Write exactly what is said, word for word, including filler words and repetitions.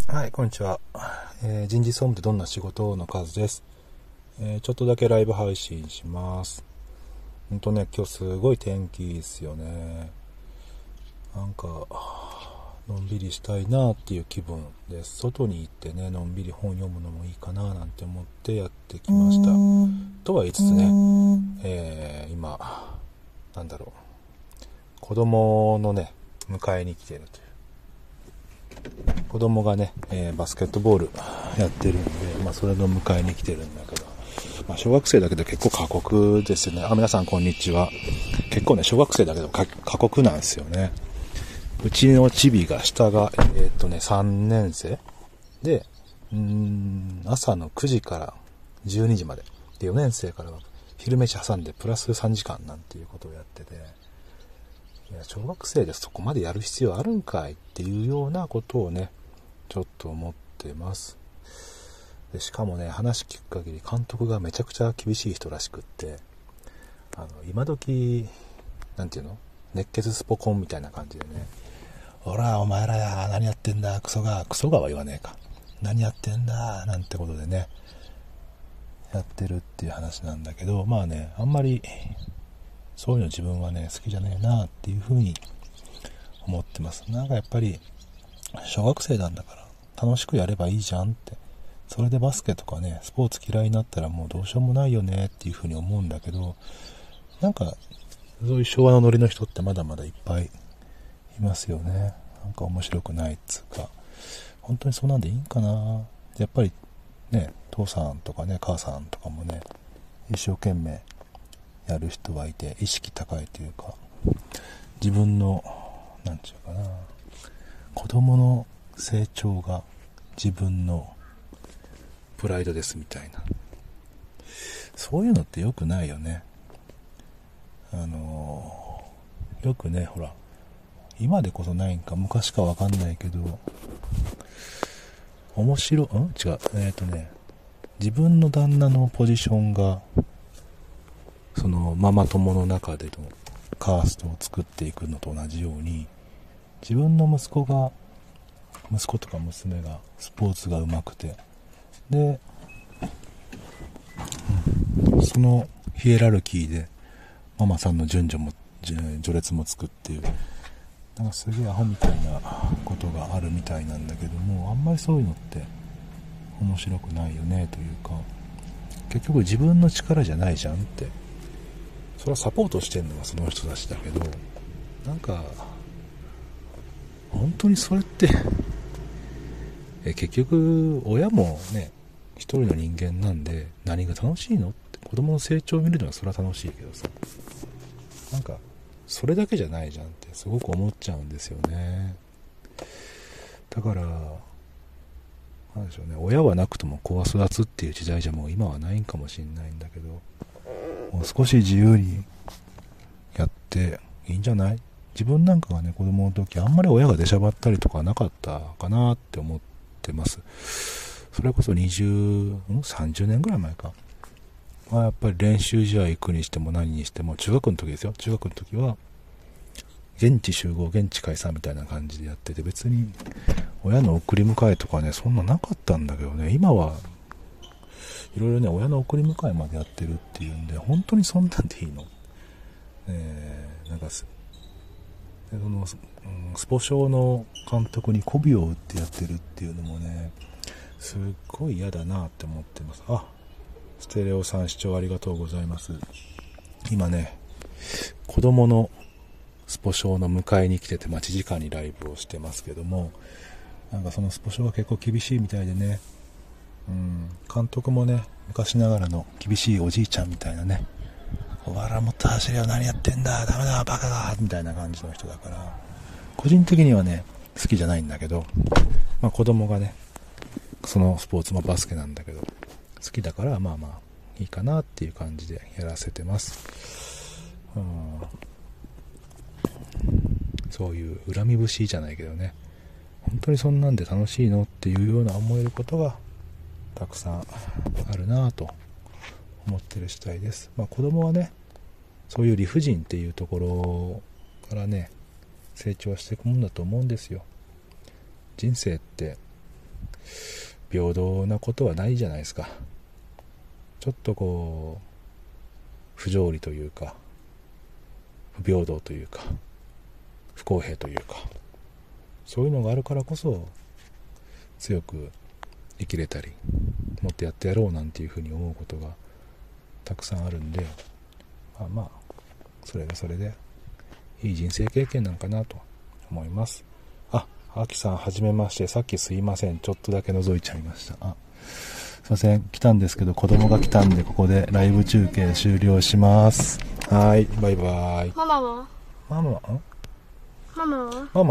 はい、こんにちは。えー人事総務ってどんな仕事の数です。えーちょっとだけライブ配信します。ほんとね、今日すごい天気いいですよね。なんか、のんびりしたいなっていう気分です。外に行ってね、のんびり本読むのもいいかななんて思ってやってきました。とは言いつつね、えー今、なんだろう、子供のね、迎えに来ているという。子供がね、えーバスケットボールやってるんで、まあそれの迎えに来てるんだけど、まあ小学生だけど結構過酷ですよね。あ、皆さんこんにちは。結構ね、小学生だけど過酷なんですよね。うちのチビが下が、えーっとね、さんねん生で、うーん、朝のくじからじゅうにじまで。で、よねん生からは昼飯挟んでプラスさんじかんなんていうことをやってて、いや、小学生でそこまでやる必要あるんかいっていうようなことをね、ちょっと思ってます。でしかもね、話聞く限り監督がめちゃくちゃ厳しい人らしくって、あの今時なんていうの、熱血スポコンみたいな感じでね、ほらお前らや何やってんだクソがクソがは言わねえか、何やってんだなんてことでねやってるっていう話なんだけど、まあね、あんまりそういうの自分はね好きじゃねえなっていうふうに思ってます。なんかやっぱり小学生なんだから楽しくやればいいじゃんって、それでバスケとかねスポーツ嫌いになったらもうどうしようもないよねっていうふうに思うんだけど、なんかそういう昭和のノリの人ってまだまだいっぱいいますよね。なんか面白くないっつうか、本当にそうなんでいいんかな。やっぱりね、父さんとかね母さんとかもね一生懸命やる人はいて、意識高いというか、自分のなんちゅうかな、子供の成長が自分のプライドですみたいな、そういうのって良くないよね。あのー、よくね、ほら今でこそないんか昔かわかんないけど、面白い、ん違う、えっとね自分の旦那のポジションがそのママ友の中でのカーストを作っていくのと同じように、自分の息子が息子とか娘がスポーツが上手くて、で、うん、そのヒエラルキーでママさんの順序も序列もつくっていう、なんかすげえアホみたいなことがあるみたいなんだけども、あんまりそういうのって面白くないよねというか、結局自分の力じゃないじゃんって、それはサポートしてるのはその人たちだけど、なんか本当にそれってえ結局親もね一人の人間なんで、何が楽しいのって、子供の成長を見るのはそれは楽しいけどさ、なんかそれだけじゃないじゃんってすごく思っちゃうんですよね。だからなんでしょうね、親はなくとも子は育つっていう時代じゃもう今はないんかもしれないんだけど、もう少し自由にやっていいんじゃない。自分なんかがね子供の時あんまり親が出しゃばったりとかなかったかなって思ってます。それこそにじゅう、さんじゅうねんぐらい前か、まあ、やっぱり練習試合行くにしても何にしても、中学の時ですよ、中学の時は現地集合現地解散みたいな感じでやってて、別に親の送り迎えとかねそんななかったんだけどね、今はいろいろね親の送り迎えまでやってるっていうんで、本当にそんなんでいいの、えー、なんかすその、うん、スポ少の監督に媚びを打ってやってるっていうのもねすっごい嫌だなって思ってます。あ、ステレオさん視聴ありがとうございます。今ね子供のスポ少の迎えに来てて待ち時間にライブをしてますけども、なんかそのスポ少は結構厳しいみたいでね、うん、監督もね昔ながらの厳しいおじいちゃんみたいなね、おわらもっと走れよ何やってんだダメだバカだみたいな感じの人だから、個人的にはね好きじゃないんだけど、まあ子供がねそのスポーツもバスケなんだけど好きだから、まあまあいいかなっていう感じでやらせてます。うん、そういう恨み節じゃないけどね、本当にそんなんで楽しいのっていうような思えることがたくさんあるなぁと思ってる次第です。まあ子供はねそういう理不尽っていうところからね成長していくもんだと思うんですよ。人生って平等なことはないじゃないですか。ちょっとこう不条理というか、不平等というか、不公平というか、そういうのがあるからこそ強く生きれたり、もっとやってやろうなんていうふうに思うことがたくさんあるんで、まあまあそれがそれでいい人生経験なんかなと思います。あ、あきさんはじめまして。さっきすいません、ちょっとだけ覗いちゃいました。あ、すいません、来たんですけど子供が来たんでここでライブ中継終了します。はい、バイバイ。 ママはママんママはママ